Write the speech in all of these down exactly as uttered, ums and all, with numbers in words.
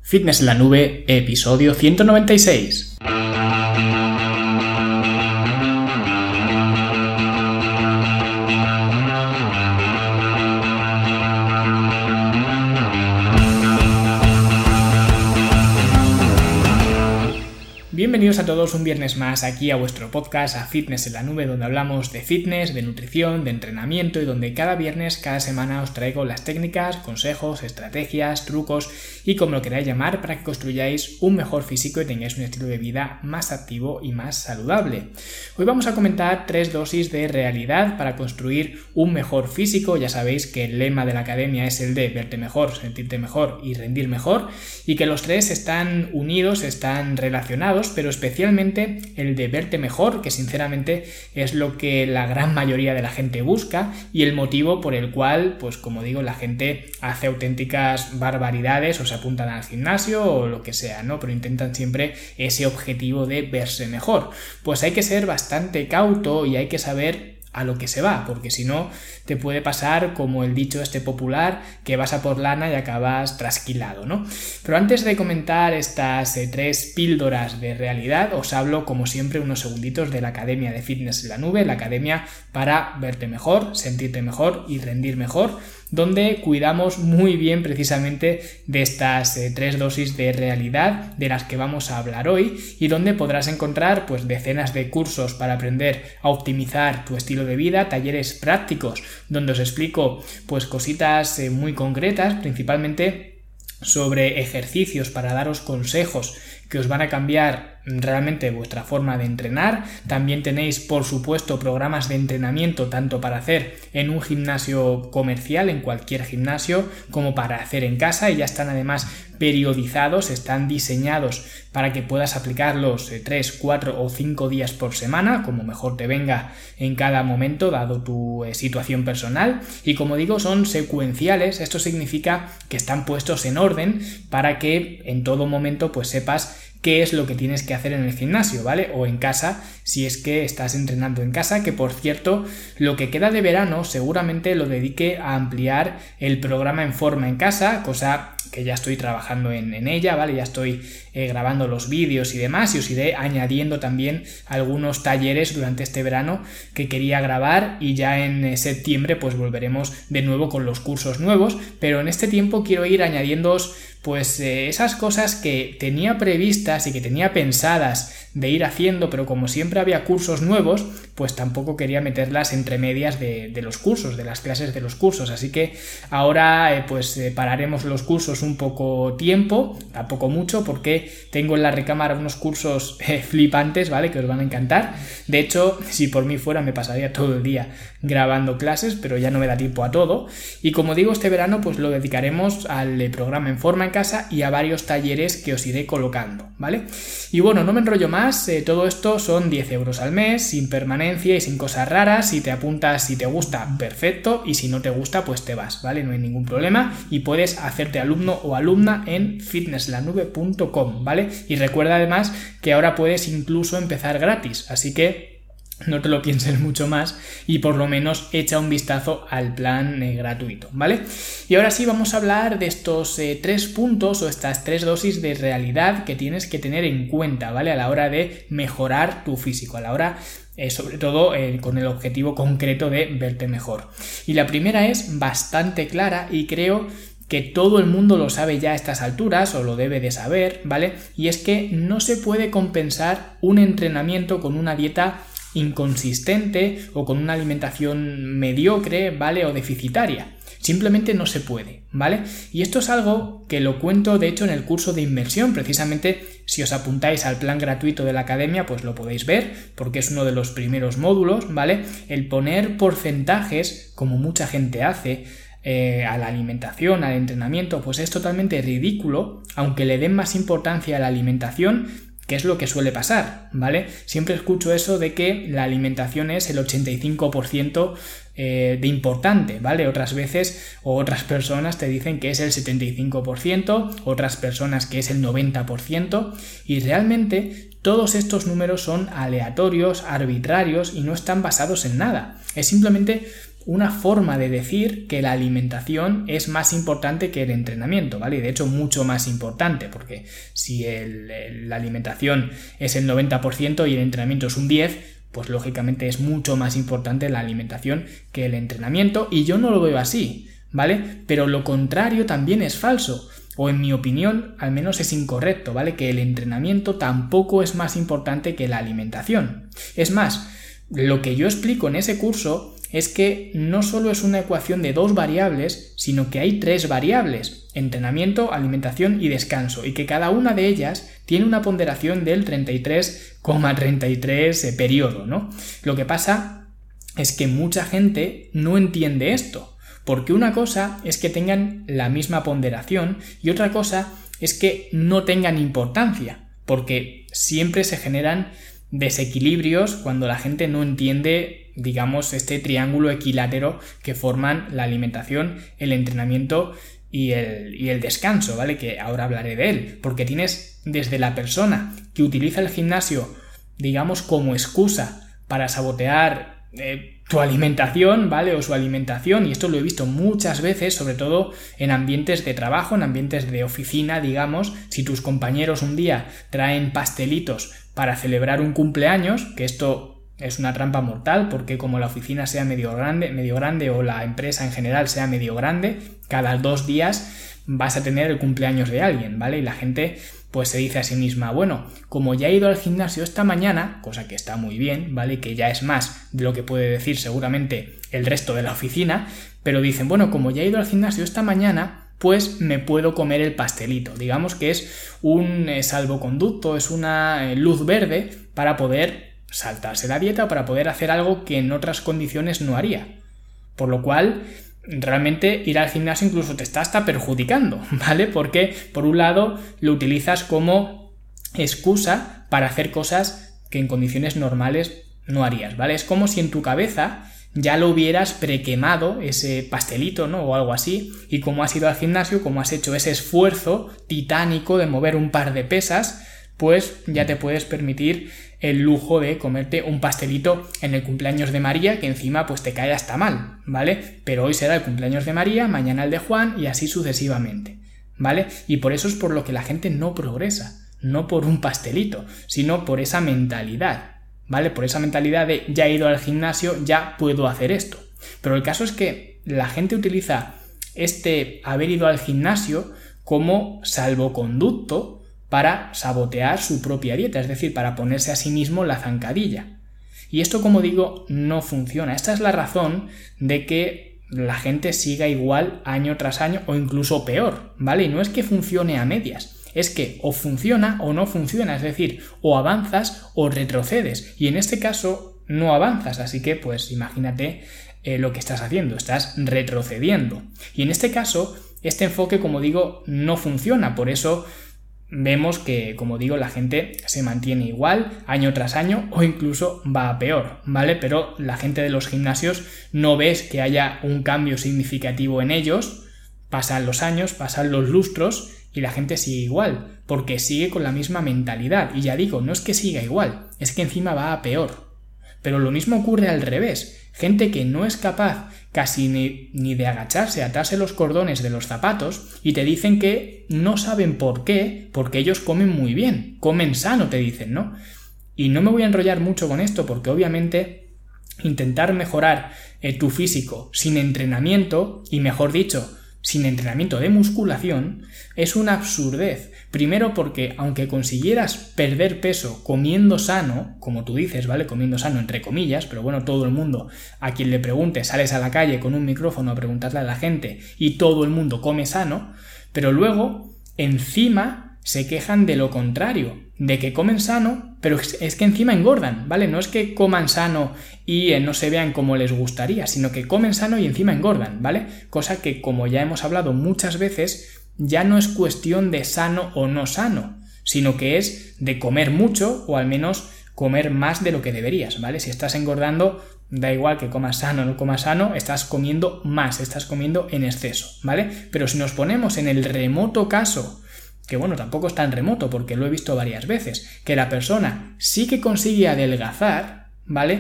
Fitness en la Nube, episodio ciento noventa y seis. Bienvenidos a todos un viernes más aquí a vuestro podcast, a Fitness en la Nube, donde hablamos de fitness, de nutrición, de entrenamiento y donde cada viernes, cada semana os traigo las técnicas, consejos, estrategias, trucos y como lo queráis llamar para que construyáis un mejor físico y tengáis un estilo de vida más activo y más saludable. Hoy vamos a comentar tres dosis de realidad para construir un mejor físico. Ya sabéis que el lema de la academia es el de verte mejor, sentirte mejor y rendir mejor y que los tres están unidos, están relacionados, pero especialmente el de verte mejor, que sinceramente es lo que la gran mayoría de la gente busca y el motivo por el cual, pues como digo, la gente hace auténticas barbaridades o se apuntan al gimnasio o lo que sea, ¿no? Pero intentan siempre ese objetivo de verse mejor. Pues hay que ser bastante cauto y hay que saber a lo que se va, porque si no te puede pasar como el dicho este popular, que vas a por lana y acabas trasquilado, ¿no? Pero antes de comentar estas eh, tres píldoras de realidad, os hablo como siempre unos segunditos de la Academia de Fitness en la Nube, la academia para verte mejor, sentirte mejor y rendir mejor, donde cuidamos muy bien precisamente de estas eh, tres dosis de realidad de las que vamos a hablar hoy y donde podrás encontrar pues decenas de cursos para aprender a optimizar tu estilo de vida, talleres prácticos donde os explico pues cositas eh, muy concretas, principalmente sobre ejercicios para daros consejos que os van a cambiar realmente vuestra forma de entrenar. También tenéis, por supuesto, programas de entrenamiento tanto para hacer en un gimnasio comercial, en cualquier gimnasio, como para hacer en casa y ya están además periodizados, están diseñados para que puedas aplicarlos tres, cuatro o cinco días por semana, como mejor te venga en cada momento, dado tu eh, situación personal. Y como digo, son secuenciales. Esto significa que están puestos en orden para que en todo momento pues sepas qué es lo que tienes que hacer en el gimnasio, ¿vale? O en casa, si es que estás entrenando en casa, que por cierto, lo que queda de verano seguramente lo dedique a ampliar el programa en forma en casa, cosa que ya estoy trabajando en, en ella, ¿vale? Ya estoy eh, grabando los vídeos y demás y os iré añadiendo también algunos talleres durante este verano que quería grabar y ya en eh, septiembre pues volveremos de nuevo con los cursos nuevos, pero en este tiempo quiero ir añadiéndoos pues eh, esas cosas que tenía previstas y que tenía pensadas de ir haciendo, pero como siempre había cursos nuevos, pues tampoco quería meterlas entre medias de, de los cursos, de las clases de los cursos, así que ahora eh, pues eh, pararemos los cursos un poco tiempo, tampoco mucho, porque tengo en la recámara unos cursos eh, flipantes, ¿vale? Que os van a encantar. De hecho, si por mí fuera me pasaría todo el día grabando clases, pero ya no me da tiempo a todo. Y como digo, este verano pues lo dedicaremos al eh, programa en forma en casa y a varios talleres que os iré colocando, ¿vale? Y bueno, no me enrollo más, eh, todo esto son diez euros al mes, sin permanencia y sin cosas raras. Si te apuntas, si te gusta, perfecto, y si no te gusta, pues te vas, ¿vale? No hay ningún problema y puedes hacerte alumno o alumna en fitness la nube punto com, ¿vale? Y recuerda además que ahora puedes incluso empezar gratis, así que no te lo pienses mucho más y por lo menos echa un vistazo al plan eh, gratuito, ¿vale? Y ahora sí vamos a hablar de estos eh, tres puntos o estas tres dosis de realidad que tienes que tener en cuenta, ¿vale? A la hora de mejorar tu físico, a la hora Eh, sobre todo eh, con el objetivo concreto de verte mejor. Y la primera es bastante clara y creo que todo el mundo lo sabe ya a estas alturas o lo debe de saber, ¿vale? Y es que no se puede compensar un entrenamiento con una dieta inconsistente o con una alimentación mediocre, ¿vale? O deficitaria. Simplemente no se puede, ¿vale? Y esto es algo que lo cuento de hecho en el curso de inmersión. Precisamente si os apuntáis al plan gratuito de la academia pues lo podéis ver porque es uno de los primeros módulos, ¿vale? El poner porcentajes, como mucha gente hace, eh, a la alimentación, al entrenamiento, pues es totalmente ridículo, aunque le den más importancia a la alimentación, que es lo que suele pasar, ¿vale? Siempre escucho eso de que la alimentación es el ochenta y cinco por ciento eh, de importante, ¿vale? Otras veces o otras personas te dicen que es el setenta y cinco por ciento, otras personas que es el noventa por ciento y realmente todos estos números son aleatorios, arbitrarios y no están basados en nada. Es simplemente una forma de decir que la alimentación es más importante que el entrenamiento, ¿vale? Y de hecho mucho más importante, porque si el, el, la alimentación es el noventa por ciento y el entrenamiento es un diez por ciento, pues lógicamente es mucho más importante la alimentación que el entrenamiento, y yo no lo veo así, ¿vale? Pero lo contrario también es falso, o en mi opinión al menos es incorrecto, ¿vale? Que el entrenamiento tampoco es más importante que la alimentación. Es más, lo que yo explico en ese curso es que no solo es una ecuación de dos variables, sino que hay tres variables: entrenamiento, alimentación y descanso, y que cada una de ellas tiene una ponderación del treinta y tres coma treinta y tres eh, periodo, ¿no? Lo que pasa es que mucha gente no entiende esto, porque una cosa es que tengan la misma ponderación y otra cosa es que no tengan importancia, porque siempre se generan desequilibrios cuando la gente no entiende, digamos, este triángulo equilátero que forman la alimentación, el entrenamiento y el, y el descanso, ¿vale? Que ahora hablaré de él, porque tienes desde la persona que utiliza el gimnasio, digamos, como excusa para sabotear eh, tu alimentación, ¿vale? O su alimentación, y esto lo he visto muchas veces, sobre todo en ambientes de trabajo, en ambientes de oficina, digamos. Si tus compañeros un día traen pastelitos para celebrar un cumpleaños, que esto es una trampa mortal, porque como la oficina sea medio grande, medio grande o la empresa en general sea medio grande, cada dos días vas a tener el cumpleaños de alguien, ¿vale? Y la gente pues se dice a sí misma, bueno, como ya he ido al gimnasio esta mañana, cosa que está muy bien, ¿vale? Que ya es más de lo que puede decir seguramente el resto de la oficina, pero dicen, bueno, como ya he ido al gimnasio esta mañana, pues me puedo comer el pastelito. Digamos que es un eh, salvoconducto, es una eh, luz verde para poder saltarse la dieta o para poder hacer algo que en otras condiciones no haría. Por lo cual, realmente ir al gimnasio incluso te está hasta perjudicando, ¿vale? Porque por un lado lo utilizas como excusa para hacer cosas que en condiciones normales no harías, ¿vale? Es como si en tu cabeza ya lo hubieras prequemado ese pastelito, ¿no? O algo así, y como has ido al gimnasio, como has hecho ese esfuerzo titánico de mover un par de pesas, pues ya te puedes permitir el lujo de comerte un pastelito en el cumpleaños de María, que encima pues te cae hasta mal, ¿vale? Pero hoy será el cumpleaños de María, mañana el de Juan y así sucesivamente, ¿vale? Y por eso es por lo que la gente no progresa, no por un pastelito, sino por esa mentalidad, ¿vale? Por esa mentalidad de ya he ido al gimnasio, ya puedo hacer esto. Pero el caso es que la gente utiliza este haber ido al gimnasio como salvoconducto para sabotear su propia dieta, es decir, para ponerse a sí mismo la zancadilla. Y esto, como digo, no funciona. Esta es la razón de que la gente siga igual año tras año o incluso peor, ¿vale? Y no es que funcione a medias, es que o funciona o no funciona, es decir, o avanzas o retrocedes. Y en este caso no avanzas, así que pues imagínate eh, lo que estás haciendo, estás retrocediendo. Y en este caso, este enfoque, como digo, no funciona, por eso vemos que, como digo, la gente se mantiene igual año tras año o incluso va a peor, ¿vale? Pero la gente de los gimnasios no ves que haya un cambio significativo en ellos, pasan los años, pasan los lustros y la gente sigue igual, porque sigue con la misma mentalidad. Y ya digo, no es que siga igual, es que encima va a peor. Pero lo mismo ocurre al revés. Gente que no es capaz casi ni, ni de agacharse, atarse los cordones de los zapatos y te dicen que no saben por qué, porque ellos comen muy bien, comen sano, te dicen, ¿no? Y no me voy a enrollar mucho con esto porque obviamente intentar mejorar eh, tu físico sin entrenamiento, y mejor dicho, sin entrenamiento de musculación, es una absurdez. Primero porque aunque consiguieras perder peso comiendo sano, como tú dices, ¿vale? Comiendo sano entre comillas, pero bueno, todo el mundo a quien le preguntes, sales a la calle con un micrófono a preguntarle a la gente y todo el mundo come sano, pero luego encima se quejan de lo contrario, de que comen sano, pero es que encima engordan, ¿vale? No es que coman sano y eh, no se vean como les gustaría, sino que comen sano y encima engordan, ¿vale? Cosa que, como ya hemos hablado muchas veces, ya no es cuestión de sano o no sano, sino que es de comer mucho o al menos comer más de lo que deberías, ¿vale? Si estás engordando, da igual que comas sano o no comas sano, estás comiendo más, estás comiendo en exceso, ¿vale? Pero si nos ponemos en el remoto caso, que bueno, tampoco es tan remoto porque lo he visto varias veces, que la persona sí que consigue adelgazar, ¿vale?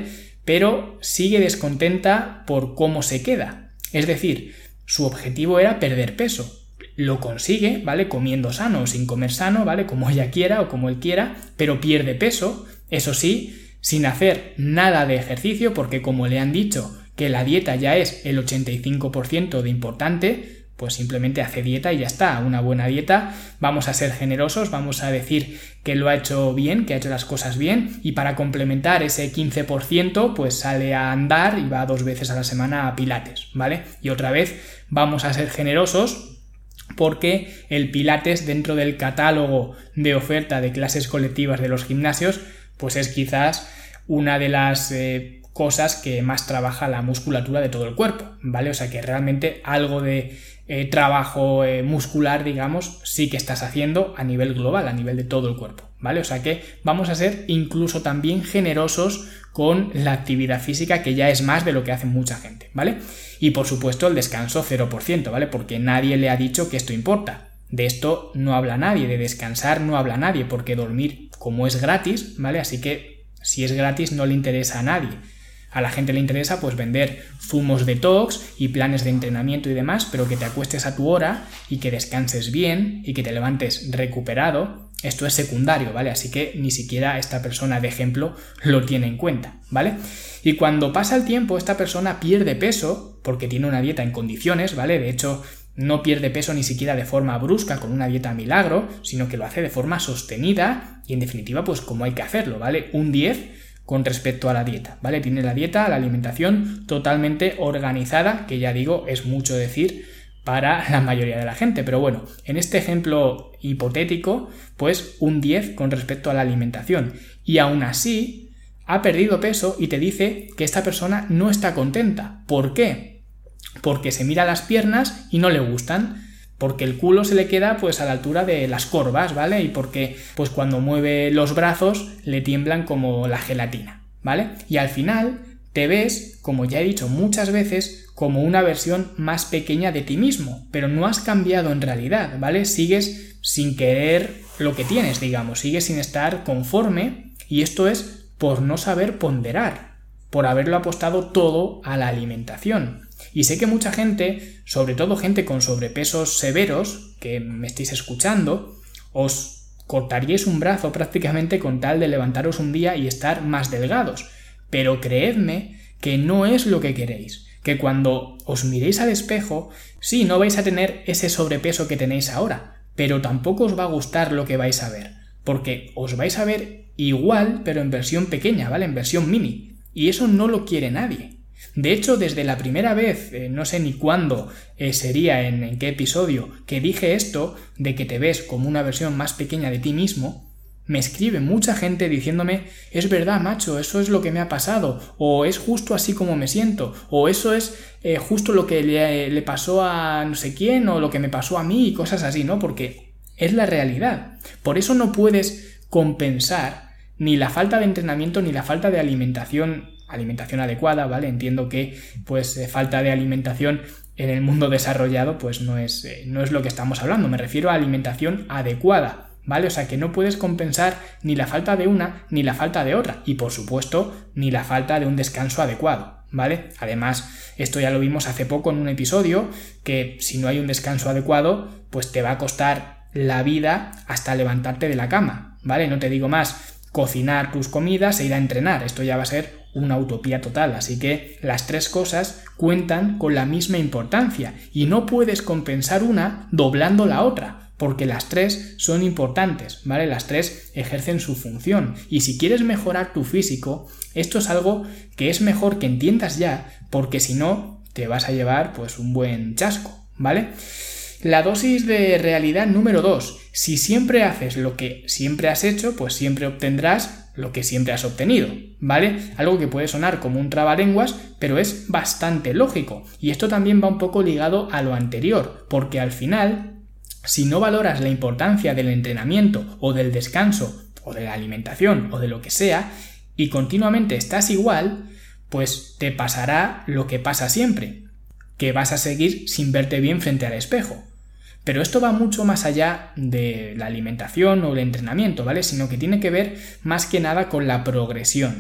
pero sigue descontenta por cómo se queda. Es decir, su objetivo era perder peso. Lo consigue, ¿vale? Comiendo sano o sin comer sano, ¿vale? Como ella quiera o como él quiera, pero pierde peso, eso sí, sin hacer nada de ejercicio, porque como le han dicho que la dieta ya es el ochenta y cinco por ciento de importante, pues simplemente hace dieta y ya está, una buena dieta. Vamos a ser generosos, vamos a decir que lo ha hecho bien, que ha hecho las cosas bien, y para complementar ese quince por ciento pues sale a andar y va dos veces a la semana a pilates, ¿vale? Y otra vez vamos a ser generosos porque el pilates dentro del catálogo de oferta de clases colectivas de los gimnasios pues es quizás una de las eh, cosas que más trabaja la musculatura de todo el cuerpo, ¿vale? O sea que realmente algo de eh, trabajo eh, muscular, digamos, sí que estás haciendo a nivel global, a nivel de todo el cuerpo, ¿vale? O sea que vamos a ser incluso también generosos con la actividad física, que ya es más de lo que hace mucha gente, ¿vale? Y por supuesto el descanso cero por ciento, ¿vale? Porque nadie le ha dicho que esto importa. De esto no habla nadie, de descansar no habla nadie, porque dormir como es gratis, ¿vale? Así que si es gratis no le interesa a nadie. A la gente le interesa pues vender zumos detox y planes de entrenamiento y demás, pero que te acuestes a tu hora y que descanses bien y que te levantes recuperado, esto es secundario, ¿vale? Así que ni siquiera esta persona de ejemplo lo tiene en cuenta, ¿vale? Y cuando pasa el tiempo, esta persona pierde peso porque tiene una dieta en condiciones, ¿vale? De hecho, no pierde peso ni siquiera de forma brusca con una dieta milagro, sino que lo hace de forma sostenida y en definitiva pues como hay que hacerlo, ¿vale? Un diez con respecto a la dieta, ¿vale? Tiene la dieta, la alimentación totalmente organizada, que ya digo, es mucho decir para la mayoría de la gente, pero bueno, en este ejemplo hipotético, pues un diez con respecto a la alimentación, y aún así ha perdido peso y te dice que esta persona no está contenta. ¿Por qué? Porque se mira las piernas y no le gustan, porque el culo se le queda pues a la altura de las corvas, ¿vale? Y porque pues cuando mueve los brazos le tiemblan como la gelatina, ¿vale? Y al final te ves, como ya he dicho muchas veces, como una versión más pequeña de ti mismo, pero no has cambiado en realidad, ¿vale? Sigues sin querer lo que tienes, digamos, sigues sin estar conforme, y esto es por no saber ponderar, por haberlo apostado todo a la alimentación. Y sé que mucha gente, sobre todo gente con sobrepesos severos, que me estáis escuchando, os cortaríais un brazo prácticamente con tal de levantaros un día y estar más delgados. Pero creedme que no es lo que queréis, que cuando os miréis al espejo, sí, no vais a tener ese sobrepeso que tenéis ahora, pero tampoco os va a gustar lo que vais a ver, porque os vais a ver igual, pero en versión pequeña, ¿vale? En versión mini, y eso no lo quiere nadie. De hecho, desde la primera vez, eh, no sé ni cuándo eh, sería, en, en qué episodio, que dije esto, de que te ves como una versión más pequeña de ti mismo, me escribe mucha gente diciéndome, es verdad, macho, eso es lo que me ha pasado, o es justo así como me siento, o eso es eh, justo lo que le, le pasó a no sé quién, o lo que me pasó a mí, y cosas así, ¿no? Porque es la realidad. Por eso no puedes compensar ni la falta de entrenamiento ni la falta de alimentación alimentación adecuada, ¿vale? Entiendo que pues eh, falta de alimentación en el mundo desarrollado pues no es, eh, no es lo que estamos hablando, me refiero a alimentación adecuada, ¿vale? O sea que no puedes compensar ni la falta de una ni la falta de otra, y por supuesto ni la falta de un descanso adecuado, ¿vale? Además, esto ya lo vimos hace poco en un episodio, que si no hay un descanso adecuado pues te va a costar la vida hasta levantarte de la cama, ¿vale? No te digo más, cocinar tus comidas e ir a entrenar, esto ya va a ser una utopía total, así que las tres cosas cuentan con la misma importancia y no puedes compensar una doblando la otra, porque las tres son importantes, ¿vale? Las tres ejercen su función, y si quieres mejorar tu físico, esto es algo que es mejor que entiendas ya, porque si no te vas a llevar pues un buen chasco, ¿vale? La dosis de realidad número dos. Si siempre haces lo que siempre has hecho, pues siempre obtendrás lo que siempre has obtenido, ¿vale? Algo que puede sonar como un trabalenguas, pero es bastante lógico. Y esto también va un poco ligado a lo anterior, porque al final, si no valoras la importancia del entrenamiento o del descanso o de la alimentación o de lo que sea, y continuamente estás igual, pues te pasará lo que pasa siempre, que vas a seguir sin verte bien frente al espejo. Pero esto va mucho más allá de la alimentación o el entrenamiento, ¿vale? Sino que tiene que ver más que nada con la progresión,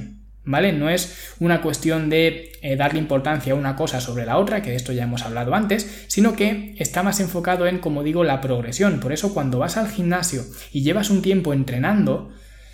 ¿vale? No es una cuestión de eh, darle importancia a una cosa sobre la otra, que de esto ya hemos hablado antes, sino que está más enfocado en, como digo, la progresión. Por eso cuando vas al gimnasio y llevas un tiempo entrenando,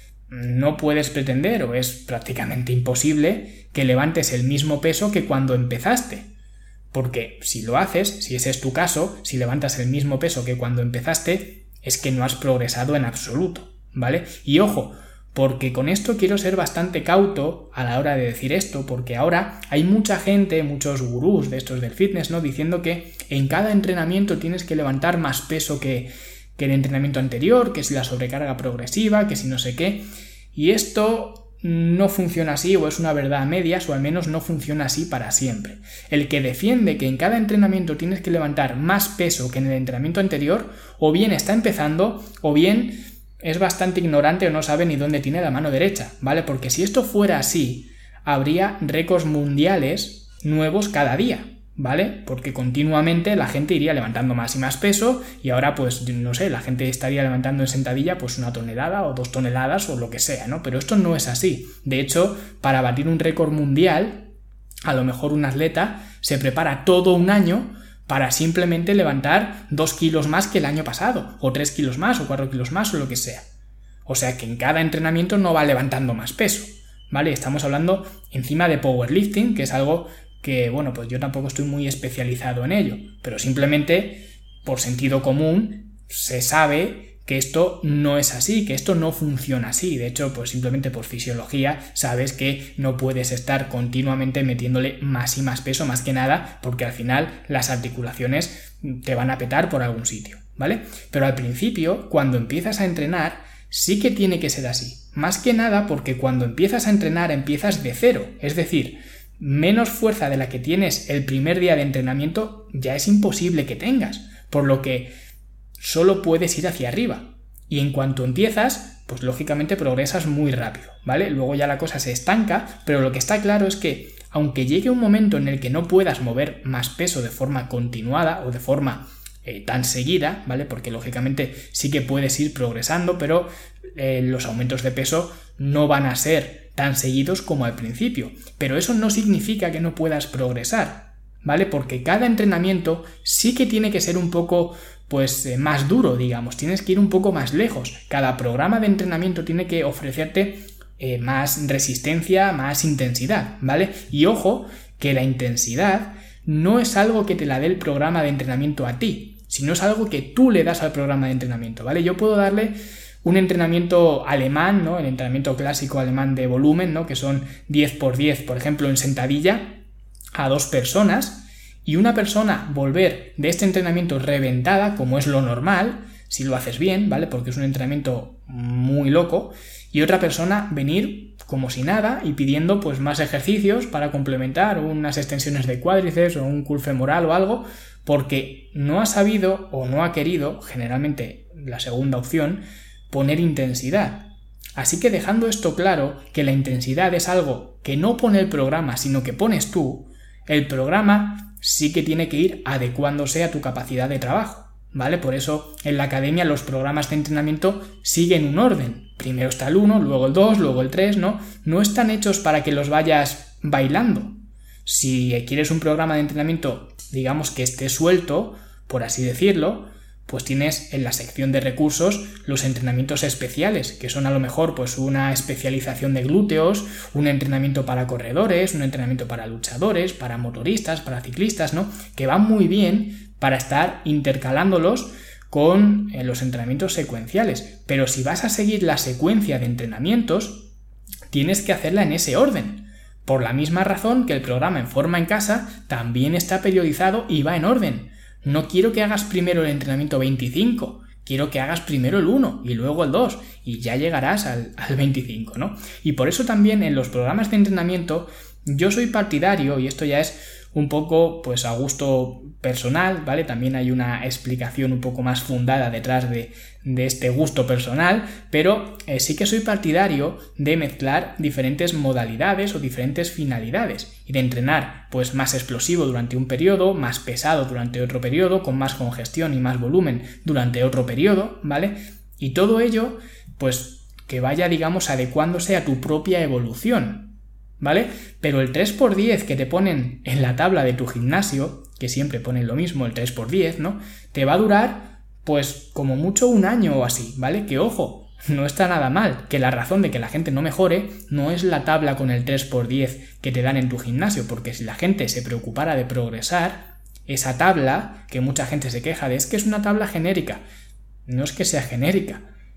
no puedes pretender, o es prácticamente imposible, que levantes el mismo peso que cuando empezaste. Porque si lo haces, si ese es tu caso, si levantas el mismo peso que cuando empezaste, es que no has progresado en absoluto, ¿vale? Y ojo, porque con esto quiero ser bastante cauto a la hora de decir esto, porque ahora hay mucha gente, muchos gurús de estos del fitness, ¿no? Diciendo que en cada entrenamiento tienes que levantar más peso que, que el entrenamiento anterior, que si la sobrecarga progresiva, que si no sé qué. Y esto no funciona así, o es una verdad a medias, o al menos no funciona así para siempre. El que defiende que en cada entrenamiento tienes que levantar más peso que en el entrenamiento anterior, o bien está empezando, o bien es bastante ignorante o no sabe ni dónde tiene la mano derecha, ¿vale? Porque si esto fuera así, habría récords mundiales nuevos cada día, ¿vale? Porque continuamente la gente iría levantando más y más peso y ahora, pues, no sé, la gente estaría levantando en sentadilla pues una tonelada o dos toneladas o lo que sea, ¿no? Pero esto no es así. De hecho, para batir un récord mundial, a lo mejor un atleta se prepara todo un año para simplemente levantar dos kilos más que el año pasado, o tres kilos más, o cuatro kilos más, o lo que sea. O sea que en cada entrenamiento no va levantando más peso, ¿vale? Estamos hablando encima de powerlifting, que es algo que, bueno, pues yo tampoco estoy muy especializado en ello, pero simplemente por sentido común se sabe que esto no es así, que esto no funciona así. De hecho, pues simplemente por fisiología sabes que no puedes estar continuamente metiéndole más y más peso, más que nada, porque al final las articulaciones te van a petar por algún sitio, ¿vale? Pero al principio, cuando empiezas a entrenar, sí que tiene que ser así. Más que nada porque cuando empiezas a entrenar empiezas de cero, es decir, menos fuerza de la que tienes el primer día de entrenamiento ya es imposible que tengas, por lo que solo puedes ir hacia arriba. Y en cuanto empiezas, pues lógicamente progresas muy rápido, ¿vale? Luego ya la cosa se estanca, pero lo que está claro es que aunque llegue un momento en el que no puedas mover más peso de forma continuada o de forma eh, tan seguida, ¿vale? Porque lógicamente sí que puedes ir progresando, pero eh, los aumentos de peso no van a ser tan seguidos como al principio. Pero eso no significa que no puedas progresar, ¿vale? Porque cada entrenamiento sí que tiene que ser un poco pues eh, más duro, digamos, tienes que ir un poco más lejos. Cada programa de entrenamiento tiene que ofrecerte eh, más resistencia, más intensidad, ¿vale? Y ojo, que la intensidad no es algo que te la dé el programa de entrenamiento a ti, sino es algo que tú le das al programa de entrenamiento, ¿vale? Yo puedo darle un entrenamiento alemán, ¿no? El entrenamiento clásico alemán de volumen, ¿no? Que son diez por diez, por ejemplo, en sentadilla, a dos personas, y una persona volver de este entrenamiento reventada, como es lo normal, si lo haces bien, ¿vale? Porque es un entrenamiento muy loco, y otra persona venir como si nada y pidiendo pues más ejercicios para complementar unas extensiones de cuádriceps o un curl femoral o algo, porque no ha sabido o no ha querido, generalmente la segunda opción, poner intensidad. Así que dejando esto claro, que la intensidad es algo que no pone el programa, sino que pones tú, el programa sí que tiene que ir adecuándose a tu capacidad de trabajo, ¿vale? Por eso en la academia los programas de entrenamiento siguen un orden. Primero está el uno, luego el dos, luego el tres, ¿no? No están hechos para que los vayas bailando. Si quieres un programa de entrenamiento, digamos que esté suelto, por así decirlo, pues tienes en la sección de recursos los entrenamientos especiales, que son a lo mejor pues una especialización de glúteos, un entrenamiento para corredores, un entrenamiento para luchadores, para motoristas, para ciclistas, ¿no? Que van muy bien para estar intercalándolos con eh, los entrenamientos secuenciales. Pero si vas a seguir la secuencia de entrenamientos, tienes que hacerla en ese orden. Por la misma razón que el programa En Forma en Casa también está periodizado y va en orden. No quiero que hagas primero el entrenamiento veinticinco, quiero que hagas primero el uno y luego el dos y ya llegarás al, al veinticinco, ¿no? Y por eso también en los programas de entrenamiento yo soy partidario, y esto ya es un poco pues a gusto personal, ¿vale? También hay una explicación un poco más fundada detrás de, de este gusto personal, pero eh, sí que soy partidario de mezclar diferentes modalidades o diferentes finalidades y de entrenar pues más explosivo durante un periodo, más pesado durante otro periodo, con más congestión y más volumen durante otro periodo, ¿vale? Y todo ello pues que vaya, digamos, adecuándose a tu propia evolución. ¿vale? Pero el tres por diez que te ponen en la tabla de tu gimnasio, que siempre ponen lo mismo, el tres por diez, ¿no? Te va a durar, pues, como mucho un año o así, ¿vale? Que ojo, no está nada mal, que la razón de que la gente no mejore no es la tabla con el tres por diez que te dan en tu gimnasio, porque si la gente se preocupara de progresar, esa tabla, que mucha gente se queja de, es que es una tabla genérica. No es que sea genérica.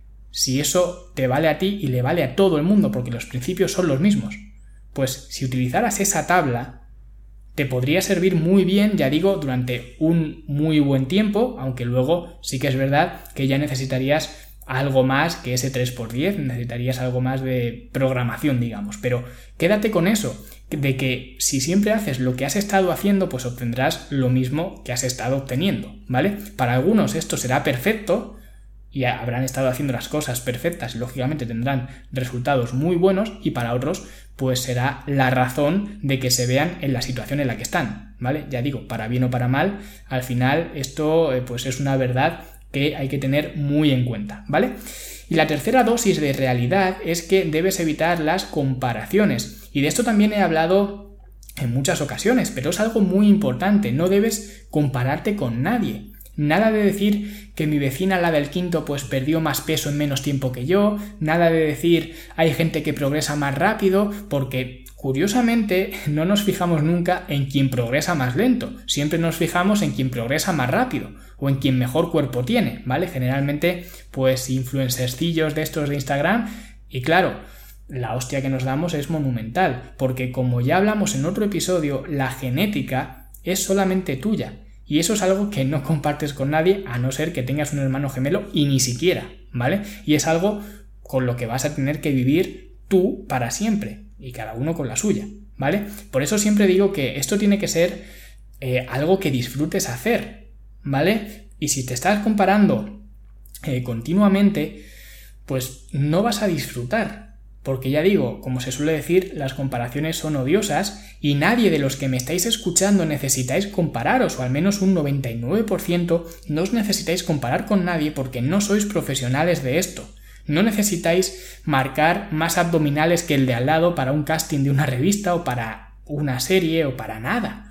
Si eso te vale a ti y le vale a todo el mundo, porque los principios son los mismos, pues si utilizaras esa tabla, te podría servir muy bien, ya digo, durante un muy buen tiempo, aunque luego sí que es verdad que ya necesitarías algo más que ese tres por diez, necesitarías algo más de programación, digamos, pero quédate con eso, de que si siempre haces lo que has estado haciendo, pues obtendrás lo mismo que has estado obteniendo, ¿vale? Para algunos esto será perfecto y habrán estado haciendo las cosas perfectas y lógicamente tendrán resultados muy buenos, y para otros pues será la razón de que se vean en la situación en la que están, ¿vale? Ya digo, para bien o para mal, al final esto eh, pues es una verdad que hay que tener muy en cuenta, ¿vale? Y la tercera dosis de realidad es que debes evitar las comparaciones. Y de esto también he hablado en muchas ocasiones, pero es algo muy importante. No debes compararte con nadie. Nada de decir que mi vecina, la del quinto, pues perdió más peso en menos tiempo que yo. Nada de decir hay gente que progresa más rápido, porque curiosamente no nos fijamos nunca en quien progresa más lento. Siempre nos fijamos en quien progresa más rápido o en quien mejor cuerpo tiene, ¿vale? Generalmente, pues influencercillos de estos de Instagram, y claro, la hostia que nos damos es monumental, porque como ya hablamos en otro episodio, la genética es solamente tuya. Y eso es algo que no compartes con nadie, a no ser que tengas un hermano gemelo, y ni siquiera, ¿vale? Y es algo con lo que vas a tener que vivir tú para siempre, y cada uno con la suya, ¿vale? Por eso siempre digo que esto tiene que ser eh, algo que disfrutes hacer, ¿vale? Y si te estás comparando eh, continuamente, pues no vas a disfrutar. Porque ya digo, como se suele decir, las comparaciones son odiosas y nadie de los que me estáis escuchando necesitáis compararos, o al menos un noventa y nueve por ciento no os necesitáis comparar con nadie porque no sois profesionales de esto. No necesitáis marcar más abdominales que el de al lado para un casting de una revista o para una serie o para nada.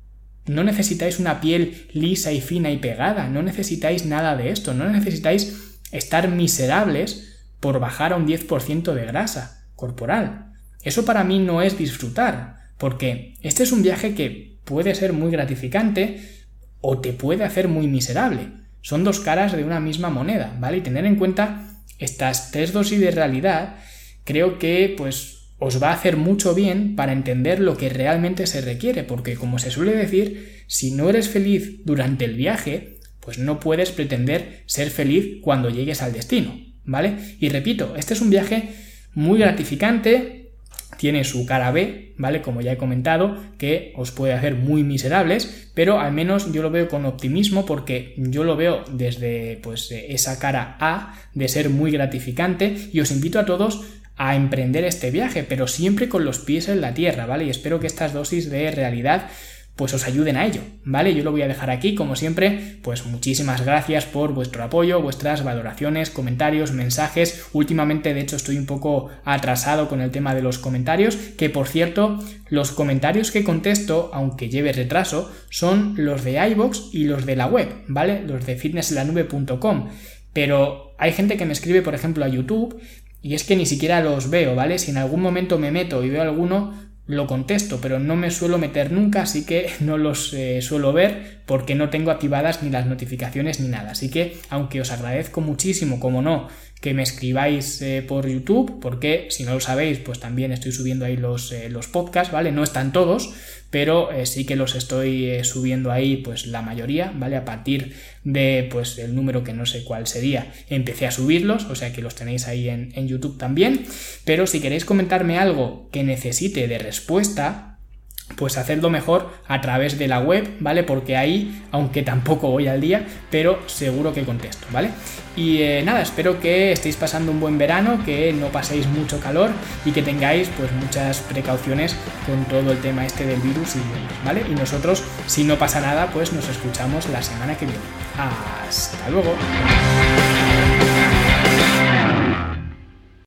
No necesitáis una piel lisa y fina y pegada, no necesitáis nada de esto, no necesitáis estar miserables por bajar a un diez por ciento de grasa corporal. Eso para mí no es disfrutar, porque este es un viaje que puede ser muy gratificante o te puede hacer muy miserable. Son dos caras de una misma moneda, ¿vale? Y tener en cuenta estas tres dosis de realidad creo que pues os va a hacer mucho bien para entender lo que realmente se requiere, porque como se suele decir, si no eres feliz durante el viaje, pues no puedes pretender ser feliz cuando llegues al destino, ¿vale? Y repito, este es un viaje muy gratificante, tiene su cara B, ¿vale? Como ya he comentado, que os puede hacer muy miserables, pero al menos yo lo veo con optimismo porque yo lo veo desde pues esa cara A de ser muy gratificante, y os invito a todos a emprender este viaje, pero siempre con los pies en la tierra, ¿vale? Y espero que estas dosis de realidad pues os ayuden a ello, ¿vale? Yo lo voy a dejar aquí, como siempre, pues muchísimas gracias por vuestro apoyo, vuestras valoraciones, comentarios, mensajes. Últimamente, de hecho, estoy un poco atrasado con el tema de los comentarios, que por cierto, los comentarios que contesto, aunque lleve retraso, son los de iVoox y los de la web, ¿vale? Los de fitness en la nube punto com. Pero hay gente que me escribe, por ejemplo, a YouTube, y es que ni siquiera los veo, ¿vale? Si en algún momento me meto y veo alguno, lo contesto, pero no me suelo meter nunca, así que no los eh, suelo ver porque no tengo activadas ni las notificaciones ni nada. Así que, aunque os agradezco muchísimo, como no, que me escribáis eh, por YouTube, porque si no lo sabéis, pues también estoy subiendo ahí los, eh, los podcasts, ¿vale? No están todos, pero eh, sí que los estoy eh, subiendo ahí, pues la mayoría, ¿vale? A partir de, pues el número que no sé cuál sería, empecé a subirlos, o sea que los tenéis ahí en, en YouTube también. Pero si queréis comentarme algo que necesite de respuesta, pues hacedlo mejor a través de la web, ¿vale? Porque ahí, aunque tampoco voy al día, pero seguro que contesto, ¿vale? Y eh, nada, espero que estéis pasando un buen verano, que no paséis mucho calor y que tengáis pues muchas precauciones con todo el tema este del virus y demás, ¿vale? Y nosotros, si no pasa nada, pues nos escuchamos la semana que viene. ¡Hasta luego!